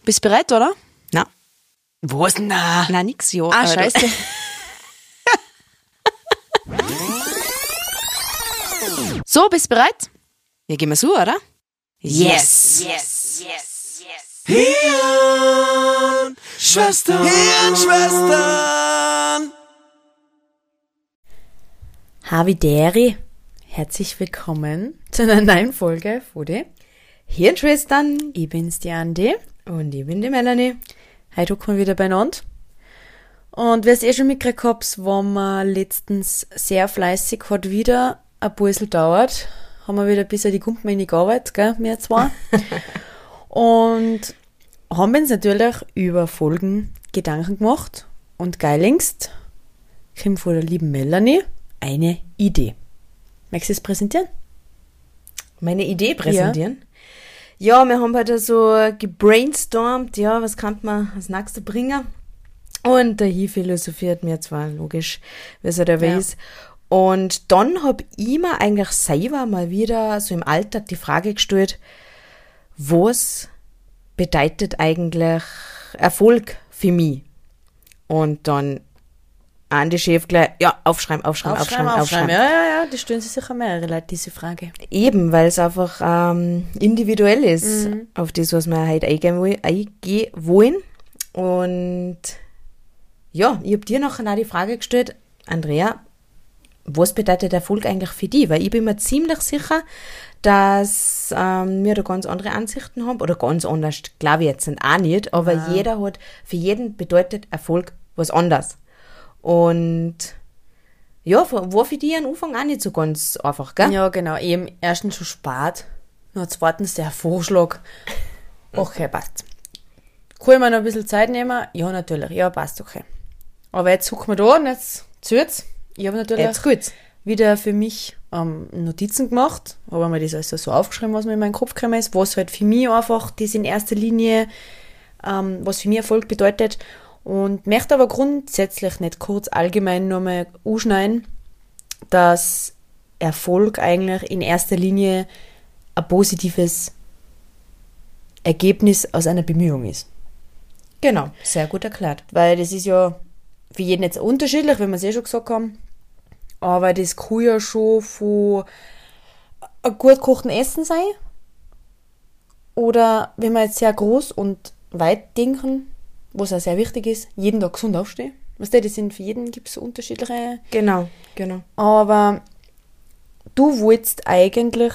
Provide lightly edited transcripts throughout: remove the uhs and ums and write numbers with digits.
Bist du bereit, oder? Na. Was? Na, nix, ja. Ah, scheiße. So, bist du bereit? Ja, gehen wir so, oder? Yes. Hirnschwestern. Havideri, herzlich willkommen zu einer neuen Folge von den Hirnschwestern. Ich bin's, die Andi. Und ich bin die Melanie. Heute hocken wir wieder beieinander. Und wer es schon mitgekriegt habt, waren wir letztens sehr fleißig, hat wieder ein bisschen gedauert. Haben wir wieder bis an die Kumpen gearbeitet, gell, wir zwei. Und haben uns natürlich über Folgen Gedanken gemacht. Und geilingst kommt von der lieben Melanie eine Idee. Magst du es präsentieren? Meine Idee präsentieren? Ja, wir haben heute so gebrainstormt, ja, was kann man als nächstes bringen? Und dahin philosophiert mir zwar logisch, wie es ja weiß. Und dann hab ich mir eigentlich selber mal wieder so im Alltag die Frage gestellt, was bedeutet eigentlich Erfolg für mich? Und dann an die Chef gleich, ja, aufschreiben. Ja, das stellen sich sicher mehrere Leute, diese Frage. Eben, weil es einfach individuell ist, auf das, was wir heute eingehen wollen. Und ja, ich habe dir nachher auch die Frage gestellt, Andrea, was bedeutet Erfolg eigentlich für dich? Weil ich bin mir ziemlich sicher, dass wir da ganz andere Ansichten haben, oder ganz anders, glaube ich jetzt auch nicht, aber jeder hat, für jeden bedeutet Erfolg was anderes. Und ja, war für dich am Anfang auch nicht so ganz einfach, gell? Ja, genau. Eben erstens schon spät, noch zweitens der Vorschlag. Okay, passt. Kann ich mir noch ein bisschen Zeit nehmen? Ja, natürlich. Ja, passt, okay. Aber jetzt gucken wir da und jetzt zählt's. Ich habe natürlich Jetzt geht's. wieder für mich Notizen gemacht, habe mir das also so aufgeschrieben, was mir in meinen Kopf gekommen ist, was halt für mich einfach das in erster Linie, was für mich Erfolg bedeutet. Und möchte aber grundsätzlich nicht kurz allgemein nochmal anschneiden, dass Erfolg eigentlich in erster Linie ein positives Ergebnis aus einer Bemühung ist. Genau, sehr gut erklärt. Weil das ist ja für jeden jetzt unterschiedlich, wie wir es schon gesagt haben. Aber das kann ja schon von einem gut gekochten Essen sein. Oder wenn wir jetzt sehr groß und weit denken, was auch sehr wichtig ist, jeden Tag gesund aufstehen. Weißt du, das sind für jeden gibt es so unterschiedliche. Genau. Aber du wolltest eigentlich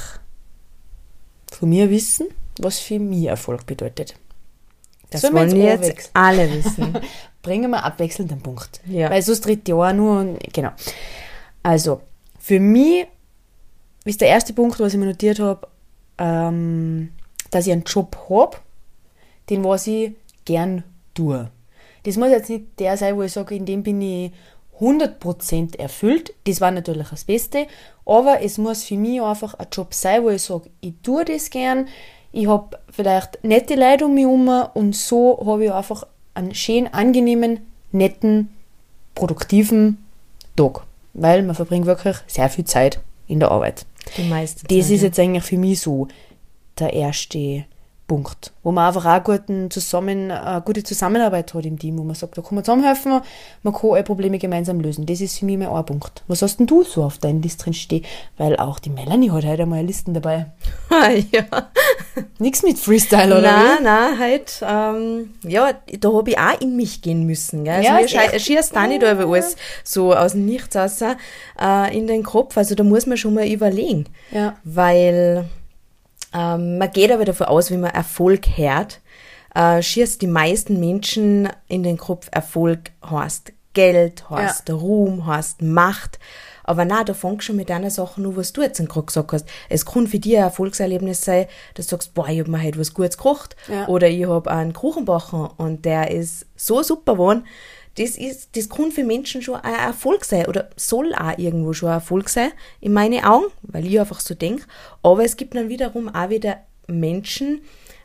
von mir wissen, was für mich Erfolg bedeutet. Das Sollen wir wollen wir jetzt abwechseln? alle wissen. Bringen wir abwechselnd den Punkt. Ja. Weil sonst tritt ja auch nur und, genau. Also, für mich ist der erste Punkt, was ich mir notiert habe, dass ich einen Job habe, den was ich gern tue. Das muss jetzt nicht der sein, wo ich sage, in dem bin ich 100% erfüllt. Das war natürlich das Beste. Aber es muss für mich einfach ein Job sein, wo ich sage, ich tue das gern. Ich habe vielleicht nette Leute um mich herum und so habe ich einfach einen schönen, angenehmen, netten, produktiven Tag. Weil man verbringt wirklich sehr viel Zeit in der Arbeit. Die meiste Zeit. Das ist jetzt eigentlich für mich so der erste Punkt, wo man einfach auch eine gute Zusammenarbeit hat im Team, wo man sagt, da kann man zusammenhelfen, man kann alle Probleme gemeinsam lösen. Das ist für mich mein ein Punkt. Was hast denn du so auf deiner Liste drin stehen? Weil auch die Melanie hat heute einmal Listen dabei. Ja. Nichts mit Freestyle, oder? Nein, halt, ja, da habe ich auch in mich gehen müssen, gell? Ja, Also ist mir schießt da nicht über alles so aus dem Nichts raus in den Kopf, also da muss man schon mal überlegen. Ja. Weil man geht aber davon aus, wenn man Erfolg hört, schießt die meisten Menschen in den Kopf, Erfolg heißt Geld, heißt Ruhm, heißt Macht. Aber nein, da fängst du schon mit einer Sache an, was du jetzt gerade gesagt hast. Es kann für dich ein Erfolgserlebnis sein, dass du sagst, boah, ich hab mir heute was Gutes gekocht. Ja. Oder ich hab einen Kuchen gebacken und der ist so super geworden. Das kann für Menschen schon ein Erfolg sein oder soll auch irgendwo schon ein Erfolg sein, in meinen Augen, weil ich einfach so denke. Aber es gibt dann wiederum auch wieder Menschen,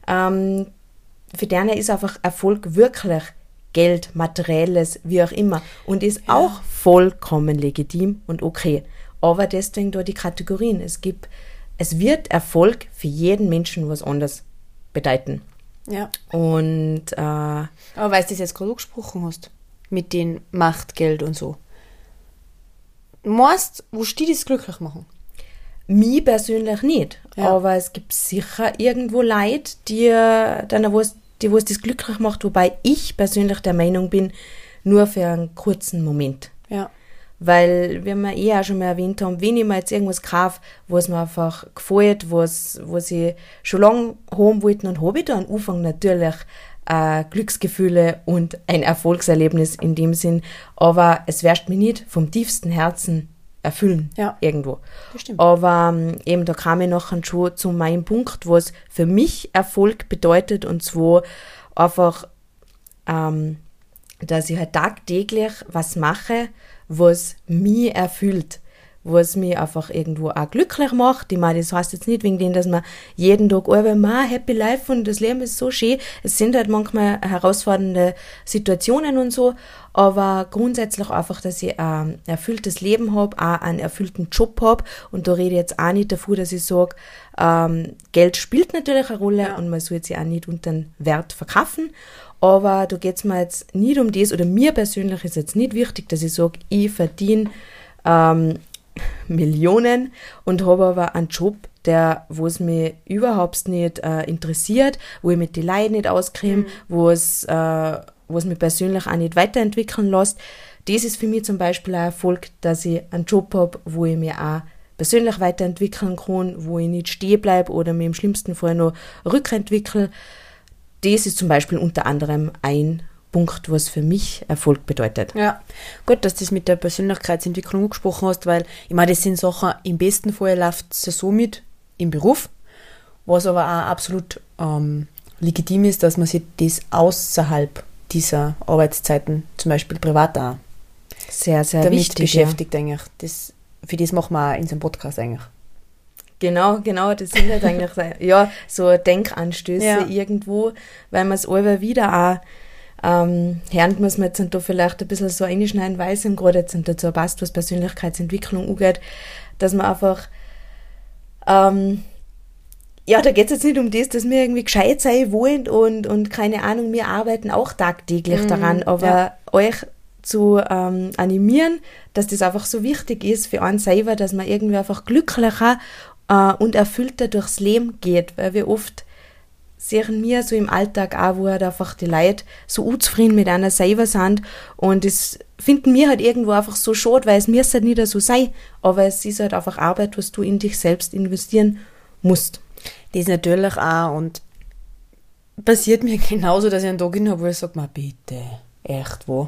für denen ist einfach Erfolg wirklich Geld, Materielles, wie auch immer. Und ist auch vollkommen legitim und okay. Aber deswegen da die Kategorien. Es wird Erfolg für jeden Menschen was anderes bedeuten. Ja. Und Aber weil du das jetzt gerade angesprochen hast, mit den Macht, Geld und so. Meinst du, wo die das glücklich machen? mich persönlich nicht. Ja. Aber es gibt sicher irgendwo Leute, die es das glücklich macht, wobei ich persönlich der Meinung bin, nur für einen kurzen Moment. Ja. Weil, wie wir auch schon mal erwähnt haben, wenn ich mir jetzt irgendwas kaufe, was mir einfach gefällt, was ich schon lange haben wollte, dann habe ich da am Anfang natürlich Glücksgefühle und ein Erfolgserlebnis in dem Sinn, aber es wirst mich nicht vom tiefsten Herzen erfüllen, Ja. irgendwo. Das stimmt. Aber eben, da kam ich nachher schon zu meinem Punkt, was für mich Erfolg bedeutet, und zwar einfach, dass ich halt tagtäglich was mache, was mich erfüllt, was mich einfach irgendwo auch glücklich macht. Ich meine, das heißt jetzt nicht wegen dem, dass man jeden Tag arbeiten, happy life und das Leben ist so schön. Es sind halt manchmal herausfordernde Situationen und so, aber grundsätzlich einfach, dass ich ein erfülltes Leben habe, auch einen erfüllten Job habe, und da rede ich jetzt auch nicht davon, dass ich sage, Geld spielt natürlich eine Rolle und man soll sich auch nicht unter den Wert verkaufen. Aber da geht es mir jetzt nicht um das, oder mir persönlich ist jetzt nicht wichtig, dass ich sage, ich verdiene Millionen und habe aber einen Job, wo es mich überhaupt nicht interessiert, wo ich mit den Leuten nicht auskriege, wo es mich persönlich auch nicht weiterentwickeln lässt. Das ist für mich zum Beispiel ein Erfolg, dass ich einen Job habe, wo ich mich auch persönlich weiterentwickeln kann, wo ich nicht stehen bleibe oder mich im schlimmsten Fall noch rückentwickle. Das ist zum Beispiel unter anderem ein Punkt, was für mich Erfolg bedeutet. Ja, gut, dass du das mit der Persönlichkeitsentwicklung angesprochen hast, weil ich meine, das sind Sachen, im besten Fall läuft es so mit im Beruf, was aber auch absolut legitim ist, dass man sich das außerhalb dieser Arbeitszeiten, zum Beispiel privat auch, Sehr, sehr damit wichtig. beschäftigt eigentlich. Für das machen wir auch in unserem Podcast eigentlich. Genau, das sind halt eigentlich so Denkanstöße Ja. irgendwo, weil man es immer wieder auch hören muss man jetzt und da vielleicht ein bisschen so einschneiden, weil es ihm gerade jetzt und dazu passt, was Persönlichkeitsentwicklung angeht, dass man einfach da geht es jetzt nicht um das, dass wir irgendwie gescheit sein wollen und keine Ahnung, wir arbeiten auch tagtäglich daran, aber euch zu animieren, dass das einfach so wichtig ist für einen selber, dass man irgendwie einfach glücklicher und erfüllter durchs Leben geht, weil wir oft sehen wir so im Alltag auch, wo halt einfach die Leute so unzufrieden mit einer selber sind, und das finden wir halt irgendwo einfach so schade, weil es müsste halt nicht so sein, aber es ist halt einfach Arbeit, was du in dich selbst investieren musst. Das natürlich auch, und passiert mir genauso, dass ich einen Tag habe, wo ich sage, bitte, echt, wo?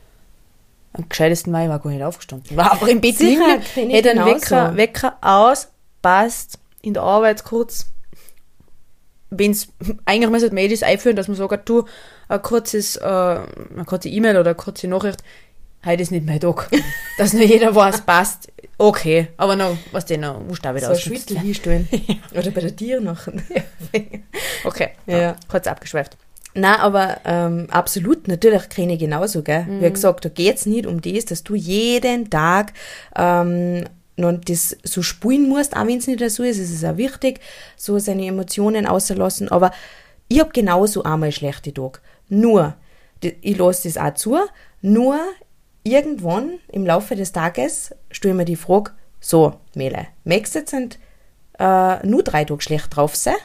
Am gescheitesten Mal war ich gar nicht aufgestanden. War einfach im Bett liegen, hätte einen Wecker aus, passt, in der Arbeit kurz. Wenn's, eigentlich müsste man das einführen, dass man sagt, du, eine kurze E-Mail oder eine kurze Nachricht, heute ist nicht mein Tag. Dass nur jeder weiß, passt, okay, aber noch, was denn noch, musst du auch wieder So ein Schwittel hinstellen. Oder bei der Tier noch. Okay, Ja. kurz abgeschweift. Nein, aber absolut, natürlich kenne ich genauso, gell. Wie gesagt, da geht's nicht um das, dass du jeden Tag noch das so spielen musst, auch wenn es nicht so ist. Es ist auch wichtig, so seine Emotionen auszulassen. Aber ich habe genauso einmal schlechte Tage. Nur, ich lasse das auch zu, nur irgendwann im Laufe des Tages stelle ich mir die Frage, so, Mele, möchtest du jetzt nur 3 Tage schlecht drauf sein?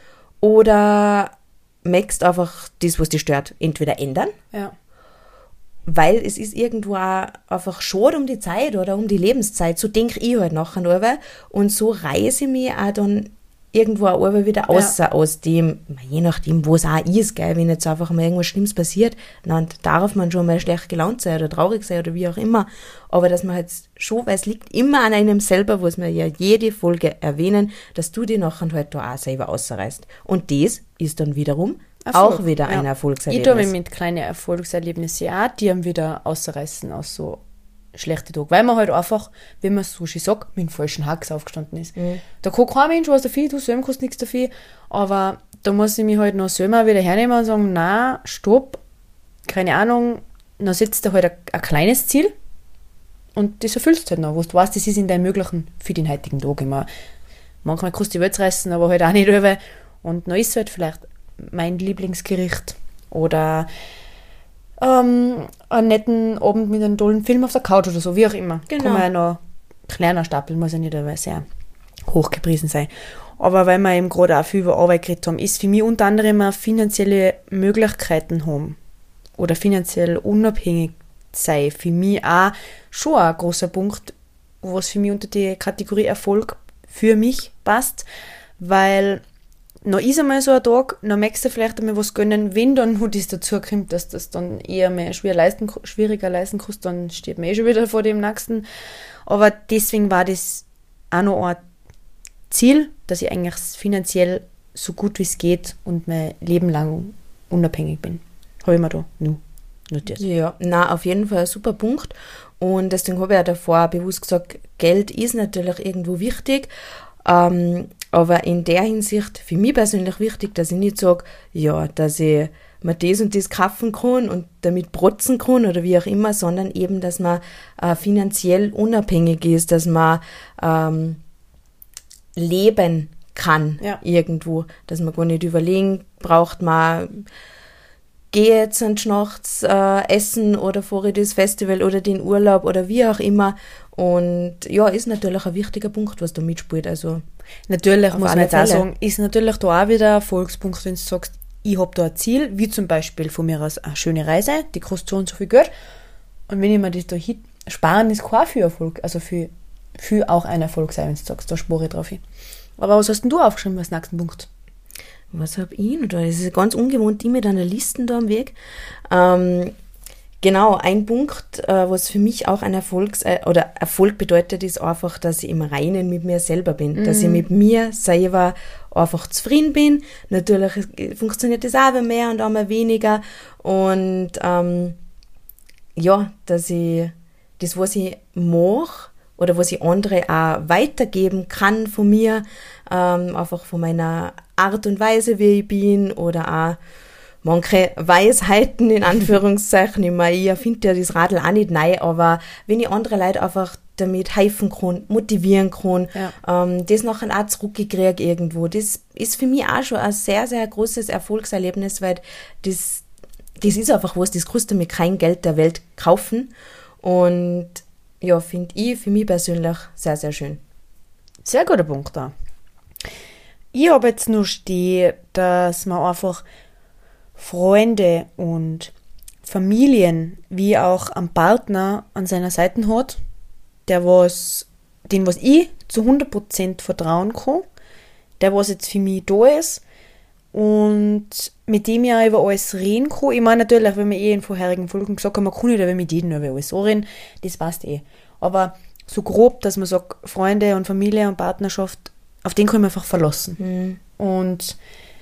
Oder möchtest einfach das, was dich stört, entweder ändern, Ja. weil es ist irgendwo auch einfach schade um die Zeit oder um die Lebenszeit, so denke ich halt nachher darüber, und so reiße ich mich auch dann irgendwo auch wieder aus dem, je nachdem, wo es auch ist, gell, wenn jetzt einfach mal irgendwas Schlimmes passiert, dann darf man schon mal schlecht gelaunt sein oder traurig sein oder wie auch immer, aber dass man halt schon, weil es liegt immer an einem selber, was wir ja jede Folge erwähnen, dass du die nachher halt da auch selber ausreißt, und das ist dann wiederum Erfolg, auch wieder ein ja. Erfolgserlebnis. Ich tue mich mit kleinen Erfolgserlebnissen auch, die haben wieder ausreißen aus so schlechten Tagen. Weil man halt einfach, wenn man so schön sagt, mit dem falschen Hax aufgestanden ist. Da kann kein Mensch was dafür, du selber kannst nichts dafür, aber da muss ich mich halt noch selber wieder hernehmen und sagen, nein, stopp, keine Ahnung, dann setzt du halt ein kleines Ziel und das erfüllst du halt noch, wo du weißt, das ist in deinem Möglichen für den heutigen Tag immer. Manchmal kannst du die Welt reißen, aber halt auch nicht über, und dann ist es halt vielleicht mein Lieblingsgericht oder einen netten Abend mit einem tollen Film auf der Couch oder so, wie auch immer. Genau. Kann man ja noch kleiner stapeln, muss ja nicht aber sehr hochgepriesen sein. Aber weil wir eben gerade auch viel über Arbeit geredet haben, ist für mich unter anderem auch finanzielle Möglichkeiten haben oder finanziell unabhängig sein für mich auch schon ein großer Punkt, was für mich unter die Kategorie Erfolg für mich passt, weil noch ist einmal so ein Tag, noch möchtest du vielleicht einmal was gönnen, wenn dann nur das dazu kommt, dass das dann eher mehr schwieriger leisten kannst, dann steht man schon wieder vor dem nächsten. Aber deswegen war das auch noch ein Ziel, dass ich eigentlich finanziell so gut wie es geht und mein Leben lang unabhängig bin. Habe ich mir da notiert. Ja, na auf jeden Fall ein super Punkt. Und deswegen habe ich ja davor bewusst gesagt, Geld ist natürlich irgendwo wichtig, aber in der Hinsicht für mich persönlich wichtig, dass ich nicht sage, ja, dass ich mir das und das kaufen kann und damit protzen kann oder wie auch immer, sondern eben, dass man finanziell unabhängig ist, dass man leben kann irgendwo, dass man gar nicht überlegen braucht, man gehe jetzt nachts essen oder fahre ich das Festival oder den Urlaub oder wie auch immer. Und ja, ist natürlich ein wichtiger Punkt, was da mitspielt. Also natürlich muss man jetzt auch sagen, ist natürlich da auch wieder ein Erfolgspunkt, wenn du sagst, ich habe da ein Ziel, wie zum Beispiel von mir aus eine schöne Reise, die kostet so und so viel Geld. Und wenn ich mir das da sparen, ist kein viel Erfolg, also für auch ein Erfolg sein, wenn du sagst, da spare ich drauf hin. Aber was hast denn du aufgeschrieben als nächsten Punkt? Was habe ich? Oder das ist ganz ungewohnt, die mit einer Liste da am Weg. Genau, ein Punkt, was für mich auch ein Erfolg bedeutet, ist einfach, dass ich im Reinen mit mir selber bin. Dass ich mit mir selber einfach zufrieden bin. Natürlich funktioniert das auch mehr und auch mal weniger. Und ja, dass ich das, was ich mache, oder was ich andere auch weitergeben kann von mir, einfach von meiner Art und Weise, wie ich bin, oder auch manche Weisheiten in Anführungszeichen. Ich meine, ich erfinde ja das Radl auch nicht neu, aber wenn ich andere Leute einfach damit helfen kann, motivieren kann, das nachher auch zurückkriege irgendwo, das ist für mich auch schon ein sehr, sehr großes Erfolgserlebnis, weil das ist einfach was, das kannst du mit kein Geld der Welt kaufen. Und ja, finde ich für mich persönlich sehr, sehr schön. Sehr guter Punkt da. Ich habe jetzt nur stehen, dass man einfach Freunde und Familien wie auch einen Partner an seiner Seite hat, den was ich zu 100% vertrauen kann, der was jetzt für mich da ist und mit dem ich auch über alles reden kann. Ich meine natürlich, wenn wir in vorherigen Folgen gesagt haben, man kann nicht über mit jedem über alles reden, das passt eh. Aber so grob, dass man sagt, Freunde und Familie und Partnerschaft, auf den kann ich mich einfach verlassen. Und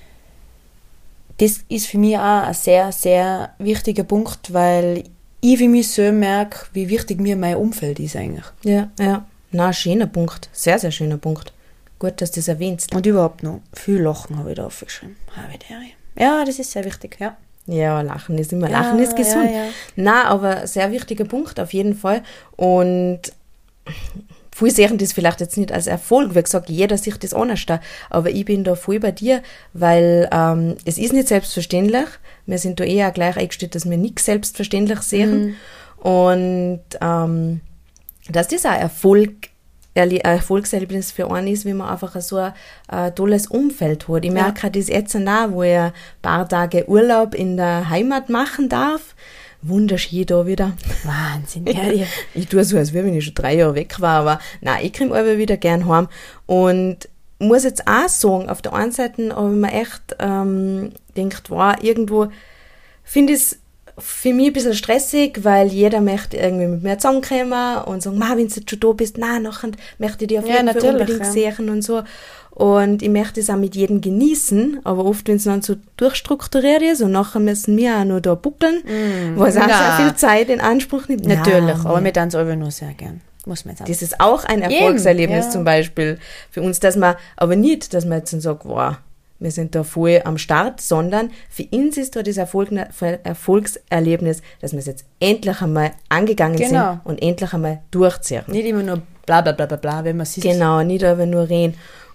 das ist für mich auch ein sehr, sehr wichtiger Punkt, weil ich für mich so merke, wie wichtig mir mein Umfeld ist eigentlich. Ja. Na, schöner Punkt. Sehr, sehr schöner Punkt. Gut, dass du das erwähnst. Und überhaupt noch viel Lachen habe ich da aufgeschrieben. Ja, das ist sehr wichtig, ja. Ja, Lachen ist immer, Lachen ist gesund. Ja. Na, aber sehr wichtiger Punkt auf jeden Fall. Und viele sehen das vielleicht jetzt nicht als Erfolg, wie gesagt, jeder sieht das anders da, aber ich bin da voll bei dir, weil es ist nicht selbstverständlich. Wir sind da eher gleich eingestellt, dass wir nichts selbstverständlich sehen. Und dass das auch ein Erfolgserlebnis für einen ist, wenn man einfach so ein tolles Umfeld hat. Ich merke das jetzt auch, wo ich ein paar Tage Urlaub in der Heimat machen darf. Wunderschön da wieder. Wahnsinn, ja. Ich tue so, als wenn ich schon 3 Jahre weg war, aber nein, ich komme aber wieder gern heim. Und muss jetzt auch sagen, auf der einen Seite habe ich mir echt gedacht, wow, irgendwo finde ich es für mich ein bisschen stressig, weil jeder möchte irgendwie mit mir zusammenkommen und sagen, wenn du jetzt schon da bist, nachher möchte ich dich auf jeden Fall unbedingt sehen und so. Und ich möchte es auch mit jedem genießen, aber oft, wenn es dann so durchstrukturiert ist und nachher müssen wir auch noch da buckeln, was auch sehr viel Zeit in Anspruch nimmt. Natürlich, aber wir tanzen aber nur sehr gern. Muss man jetzt das ist auch ein Erfolgserlebnis zum Beispiel für uns, dass man, aber nicht, dass man jetzt dann sagt, wow, wir sind da voll am Start, sondern für uns ist da das Erfolgserlebnis, dass wir es jetzt endlich einmal angegangen sind und endlich einmal durchziehen. Nicht immer nur bla bla bla bla bla, wenn man sieht. Genau, nicht aber nur reden.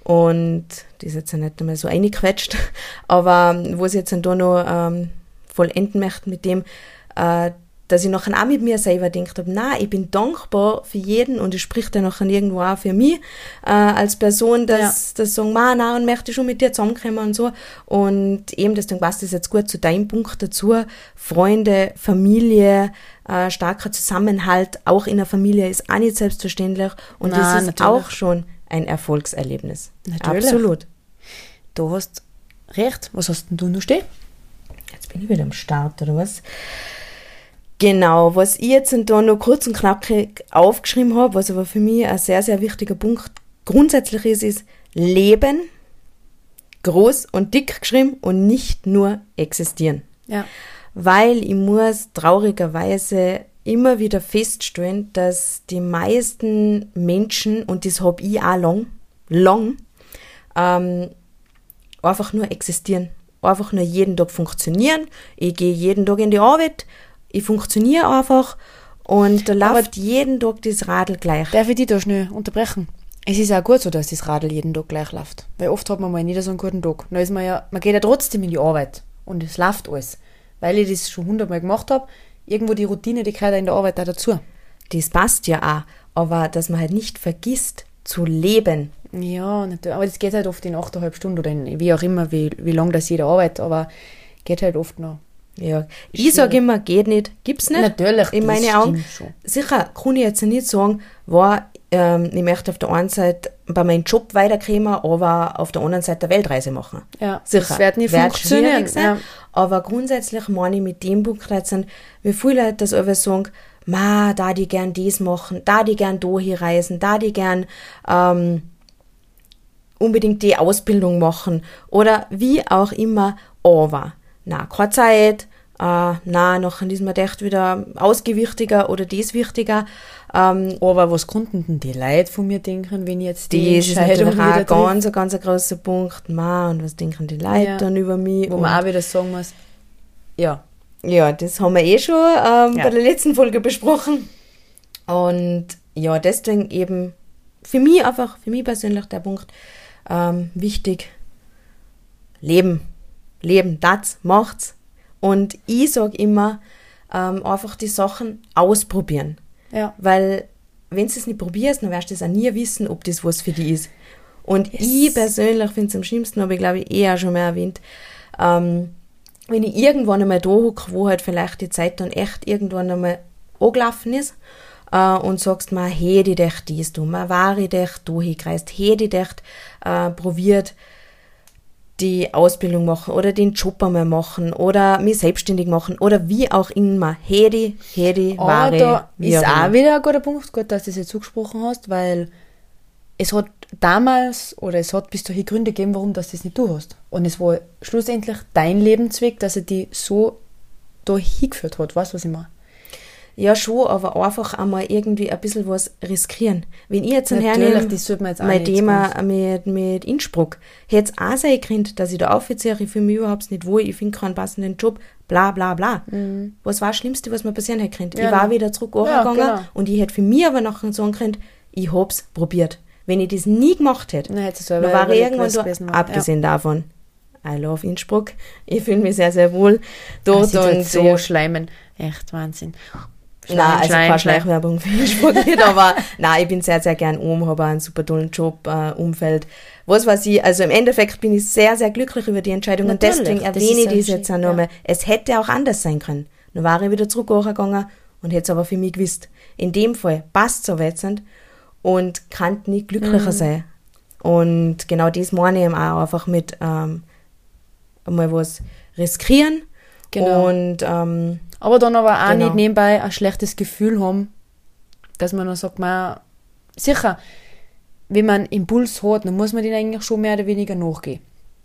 Und die ist jetzt ja nicht mehr so eingequetscht, aber wo sie jetzt dann da noch vollenden möchte mit dem, dass ich nachher auch mit mir selber gedacht habe, nein, ich bin dankbar für jeden und ich spreche dann nachher irgendwo auch für mich als Person, dass sagen, nein, und möchte schon mit dir zusammenkommen und so. Und eben, das dann passt das jetzt gut zu deinem Punkt dazu. Freunde, Familie, starker Zusammenhalt, auch in der Familie ist auch nicht selbstverständlich. Und das ist natürlich auch schon ein Erfolgserlebnis. Natürlich. Absolut. Du hast recht. Was hast denn du noch stehen? Jetzt bin ich wieder am Start, oder was? Genau, was ich jetzt da noch kurz und knackig aufgeschrieben habe, was aber für mich ein sehr, sehr wichtiger Punkt grundsätzlich ist Leben, groß und dick geschrieben und nicht nur existieren. Ja. Weil ich muss traurigerweise immer wieder feststellen, dass die meisten Menschen, und das habe ich auch lang, einfach nur existieren. Einfach nur jeden Tag funktionieren. Ich gehe jeden Tag in die Arbeit, ich funktioniere einfach und da läuft jeden Tag das Radl gleich. Darf ich dich da schnell unterbrechen? Es ist auch gut so, dass das Radl jeden Tag gleich läuft. Weil oft hat man mal nicht so einen guten Tag. Dann ist man geht ja trotzdem in die Arbeit und es läuft alles. Weil ich das schon 100-mal gemacht habe, irgendwo die Routine, die gehört auch in der Arbeit auch dazu. Das passt ja auch, aber dass man halt nicht vergisst zu leben. Ja, natürlich. Aber das geht halt oft in 8,5 Stunden oder wie auch immer, wie lange das jeder arbeitet, aber geht halt oft noch. Ja, ich sage immer, geht nicht, gibt's nicht. Natürlich, in meine Augen. Schon. Sicher kann ich jetzt nicht sagen, ich möchte auf der einen Seite bei meinem Job weiterkommen, aber auf der anderen Seite eine Weltreise machen. Ja, sicher. Das wird nicht funktionieren. Sein, ja. Aber grundsätzlich meine ich mit dem Punkt jetzt sind, wie viele Leute das einfach sagen, da die gern das machen, da die gern da hier reisen, da die gern unbedingt die Ausbildung machen oder wie auch immer, aber keine Zeit, nachher ist mir echt wieder ausgewichtiger oder das wichtiger. Aber was konnten denn die Leute von mir denken, wenn ich jetzt die das Entscheidung ist natürlich wieder auch ganz ein grosser Punkt. Und was denken die Leute dann über mich? Wo man auch wieder sagen muss, ja, das haben wir schon bei der letzten Folge besprochen. Und ja, deswegen eben für mich persönlich der Punkt, wichtig, leben, das macht's. Und ich sage immer, einfach die Sachen ausprobieren. Ja. Weil, wenn du es nicht probierst, dann wirst du es auch nie wissen, ob das was für dich ist. Und ich persönlich finde es am schlimmsten, habe ich glaube ich auch schon mal erwähnt, wenn ich irgendwann einmal da hocke, wo halt vielleicht die Zeit dann echt irgendwann einmal angelaufen ist, und sagst mal, hätte ich echt dies du, mal war ich echt da hingekreist, hätte ich echt probiert, die Ausbildung machen oder den Job einmal machen oder mich selbstständig machen oder wie auch immer. Hätte, war da ist auch wieder ein guter Punkt, gut, dass du das jetzt zugesprochen hast, weil es hat damals oder es hat bis dahin Gründe gegeben, warum du das nicht du hast. Und es war schlussendlich dein Lebensweg, dass er dich so da hingeführt hat. Weißt du, was ich meine? Ja, schon, aber einfach einmal irgendwie ein bisschen was riskieren. Wenn ich jetzt hernehme, mein Thema mit Innsbruck, hätte es auch sein können, dass ich da aufziehe, ich fühle mich überhaupt nicht wohl, ich finde keinen passenden Job, bla bla bla. Mhm. Was war das Schlimmste, was mir passieren hätte können? Ja, ich war wieder zurück gegangen und ich hätte für mich aber nachher sagen können, ich hab's probiert. Wenn ich das nie gemacht hätte, dann war ich irgendwann da, abgesehen davon. I love Innsbruck. Ich fühle mich sehr, sehr wohl dort. Und so schleimen. Echt Wahnsinn. Nein, also keine Schleichwerbung für Innsbruck nicht, aber nein, ich bin sehr, sehr gern habe einen super tollen Job, Umfeld. Was weiß ich, also im Endeffekt bin ich sehr, sehr glücklich über die Entscheidung und deswegen erwähne ich das jetzt auch nochmal. Es hätte auch anders sein können. Dann war ich wieder zurückgegangen und hätte es aber für mich gewusst. In dem Fall passt es so wechselnd und kann nicht glücklicher sein. Und genau das meine ich eben auch einfach mit mal was riskieren. Genau. Und aber dann aber auch nicht nebenbei ein schlechtes Gefühl haben, dass man dann sagt, man, sicher, wenn man einen Impuls hat, dann muss man den eigentlich schon mehr oder weniger nachgehen.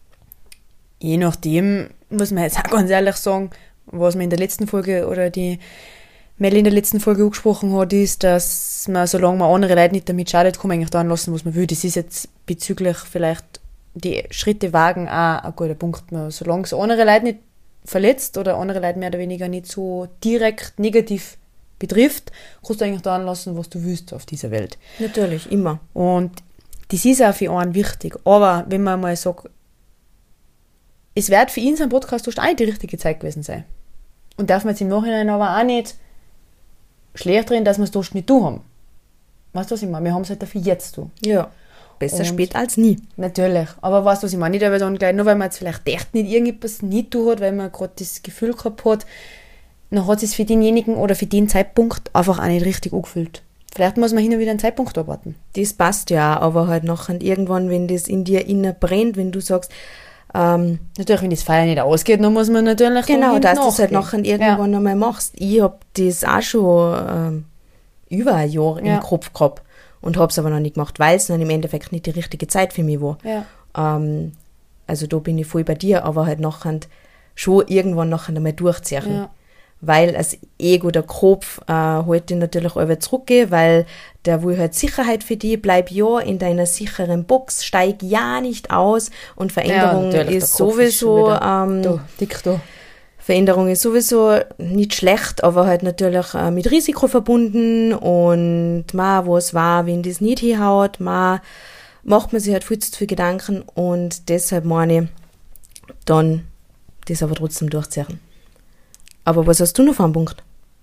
Je nachdem, muss man jetzt auch ganz ehrlich sagen, was man in der letzten Folge oder die Melli in der letzten Folge angesprochen hat, ist, dass man, solange man andere Leute nicht damit schadet, kann man eigentlich dann lassen, was man will. Das ist jetzt bezüglich vielleicht die Schritte wagen auch ein guter Punkt. Solange es andere Leute nicht verletzt oder andere Leute mehr oder weniger nicht so direkt negativ betrifft, kannst du eigentlich da anlassen, was du willst auf dieser Welt. Natürlich, immer. Und das ist auch für einen wichtig. Aber wenn man mal sagt, es wird für ihn sein Podcast auch nicht die richtige Zeit gewesen sein. Und darf man jetzt im Nachhinein aber auch nicht schlecht reden, dass wir es doch nicht tun haben. Weißt du, was ich meine? Wir haben es halt dafür jetzt tun. Ja. Besser Und spät als nie. Natürlich. Aber weißt du, was ich meine? Nicht, aber dann gleich, nur weil man jetzt vielleicht echt nicht irgendetwas nicht tun hat, weil man gerade das Gefühl gehabt hat, dann hat es für denjenigen oder für den Zeitpunkt einfach auch nicht richtig angefühlt. Vielleicht muss man hin und wieder einen Zeitpunkt abwarten. Das passt ja, aber halt nachher irgendwann, wenn das in dir innen brennt, wenn du sagst, natürlich, wenn das Feuer nicht ausgeht, dann muss man natürlich genau, dass du es halt nachgehen. nachher irgendwann einmal machst. Ich hab das auch schon über ein Jahr im Kopf gehabt und hab's aber noch nicht gemacht, weil es dann im Endeffekt nicht die richtige Zeit für mich war. Ja. Also da bin ich voll bei dir, aber halt nachher schon irgendwann nachher einmal durchziehen. Ja. Weil das Ego, der Kopf, heute natürlich auch zurückgehen, weil der will halt Sicherheit für dich, bleib ja in deiner sicheren Box, steig ja nicht aus und Veränderung ist sowieso, Veränderung ist sowieso nicht schlecht, aber halt natürlich mit Risiko verbunden und was war, wenn das nicht hinhaut, macht man sich halt viel zu viel Gedanken und deshalb meine ich, dann das aber trotzdem durchziehen. Aber was hast du noch für einen Punkt?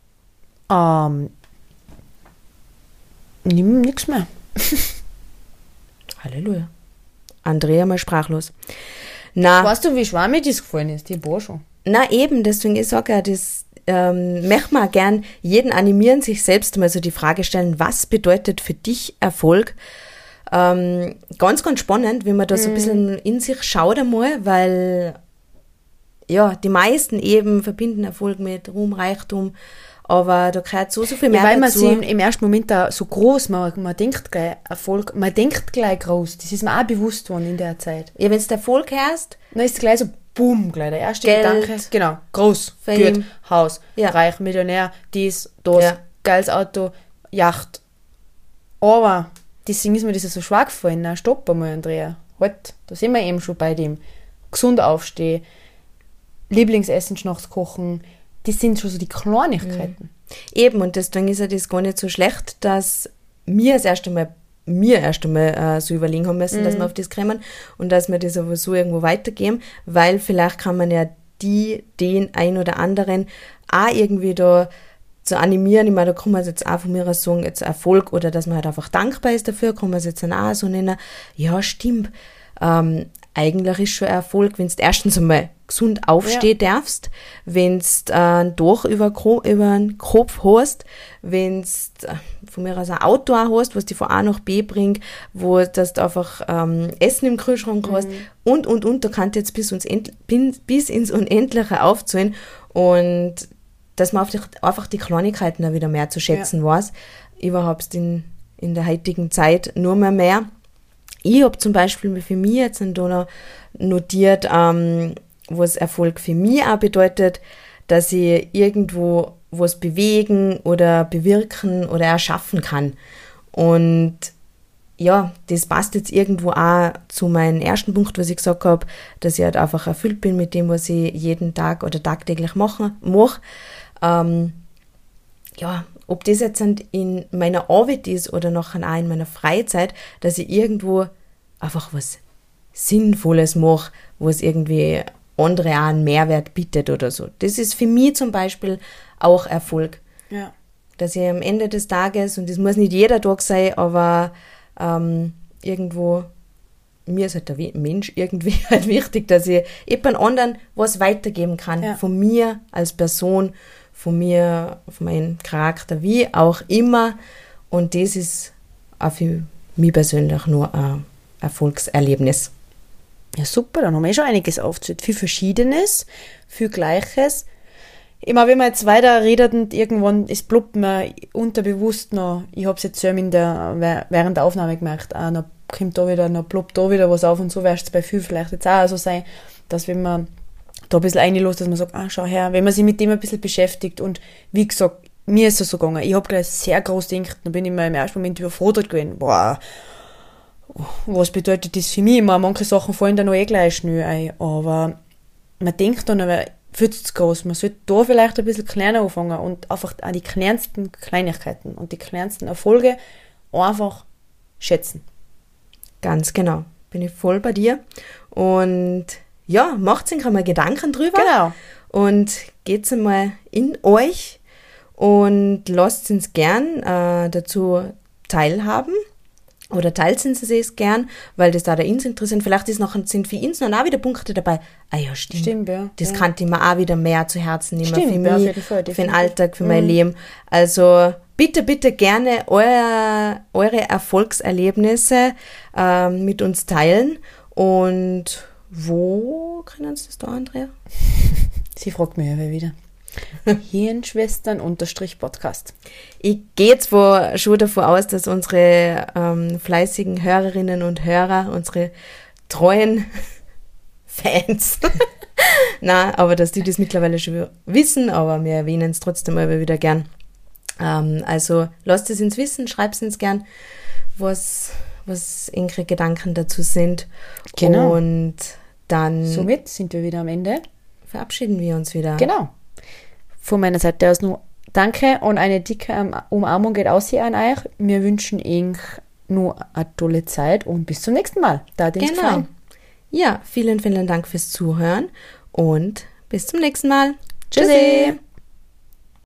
Nichts mehr. Halleluja. Andrea mal sprachlos. Na, Weißt du, wie schwer mir das gefallen ist? Die war schon. na eben, deswegen, ich sage ja, das möchte man gern jeden animieren, sich selbst mal so die Frage stellen, was bedeutet für dich Erfolg? Ganz, ganz spannend, wenn man da so ein bisschen in sich schaut einmal, weil ja, die meisten eben verbinden Erfolg mit Ruhm, Reichtum, aber da gehört so viel mehr weil man dazu. sich im ersten Moment da so groß, man denkt gleich Erfolg, man denkt gleich groß. Das ist mir auch bewusst worden in der Zeit. Ja, wenn du Erfolg hast, Dann ist es gleich so, boom, gleich der erste Geld, Gedanke. Genau, groß, Fame. gut, Haus, Ja. reich, Millionär, dies, das, Ja. geiles Auto, Yacht. Aber deswegen ist mir das so schwer gefallen. Na, stopp einmal, Andrea. Halt, da sind wir eben schon bei dem. Gesund aufstehen, Lieblingsessen nachts kochen, das sind schon so die Kleinigkeiten. eben, und deswegen ist ja das gar nicht so schlecht, dass mir erst einmal so überlegen haben müssen, dass wir auf das kommen und dass wir das aber so irgendwo weitergeben, weil vielleicht kann man ja den ein oder anderen auch irgendwie da zu animieren. Ich meine, da kann man jetzt auch von mir aus sagen, jetzt Erfolg oder dass man halt einfach dankbar ist dafür, kann man es jetzt dann auch so nennen. Ja, stimmt. Eigentlich ist schon ein Erfolg, wenn du erstens einmal gesund aufstehen darfst, wenn du ein Dach über den Kopf hast, wenn du von mir aus ein Auto auch hast, was dich von A nach B bringt, wo dass du einfach Essen im Kühlschrank hast und, da kann ich jetzt bis ins Unendliche aufzählen und dass man einfach die Kleinigkeiten auch wieder mehr zu schätzen weiß, überhaupt in der heutigen Zeit nur mehr. Ich habe zum Beispiel für mich jetzt noch notiert, was Erfolg für mich auch bedeutet, dass ich irgendwo was bewegen oder bewirken oder erschaffen kann. Und ja, das passt jetzt irgendwo auch zu meinem ersten Punkt, was ich gesagt habe, dass ich halt einfach erfüllt bin mit dem, was ich jeden Tag oder tagtäglich mache. Ja, ob das jetzt in meiner Arbeit ist oder nachher auch in meiner Freizeit, dass ich irgendwo einfach was Sinnvolles mache, was irgendwie andere auch einen Mehrwert bietet oder so. Das ist für mich zum Beispiel auch Erfolg. Ja. Dass ich am Ende des Tages, und das muss nicht jeder Tag sein, aber irgendwo, mir ist halt der Mensch irgendwie halt wichtig, dass ich jemand anderen was weitergeben kann, von mir als Person, von mir, von meinem Charakter, wie auch immer. Und das ist auch für mich persönlich nur ein Erfolgserlebnis. Ja, super, dann haben wir schon einiges aufgezählt. Viel Verschiedenes, viel Gleiches. Immer wenn man jetzt weiter redet und irgendwann, es ploppt mir unterbewusst noch, ich habe es jetzt schon während der Aufnahme gemerkt, noch kommt da wieder, noch ploppt da wieder was auf und so wirst es bei viel vielleicht jetzt auch so sein, dass wenn man da ein bisschen reinlässt, dass man sagt, schau her, wenn man sich mit dem ein bisschen beschäftigt und wie gesagt, mir ist es so gegangen, ich habe gleich sehr groß gedacht, dann bin ich mir im ersten Moment überfordert gewesen, boah, was bedeutet das für mich? Manche Sachen fallen dann noch gleich schnell ein, aber man denkt dann, aber viel zu groß, man sollte da vielleicht ein bisschen kleiner anfangen und einfach an die kleinsten Kleinigkeiten und die kleinsten Erfolge einfach schätzen. Ganz genau. Bin ich voll bei dir. Und ja, macht euch einmal Gedanken drüber. Genau. Und geht's einmal in euch und lasst uns gern dazu teilhaben. Oder teilt uns es gern, weil das da uns interessiert. Vielleicht sind für uns noch auch wieder Punkte dabei. Ah ja, stimmt. Ja. Das kann ich mir auch wieder mehr zu Herzen nehmen. Stimmt, für ja, auf mich, jeden Fall, für den Alltag, für mein Leben. Also bitte, bitte gerne eure Erfolgserlebnisse mit uns teilen. Und wo können Sie das da, Andrea? Sie fragt mich aber wieder. Hirnschwestern_Podcast. Ich gehe jetzt schon davon aus, dass unsere fleißigen Hörerinnen und Hörer, unsere treuen Fans, aber dass die das mittlerweile schon wissen, aber wir erwähnen es trotzdem immer wieder gern. Also lasst es uns wissen, schreibt es uns gern, was eure Gedanken dazu sind. Genau. Und dann Somit sind wir wieder am Ende. verabschieden wir uns wieder. Genau. Von meiner Seite aus nur Danke und eine dicke Umarmung geht aus hier an euch. Wir wünschen euch nur eine tolle Zeit und bis zum nächsten Mal. Da hat uns Genau. gefallen. Ja, vielen, vielen Dank fürs Zuhören und bis zum nächsten Mal. Tschüssi.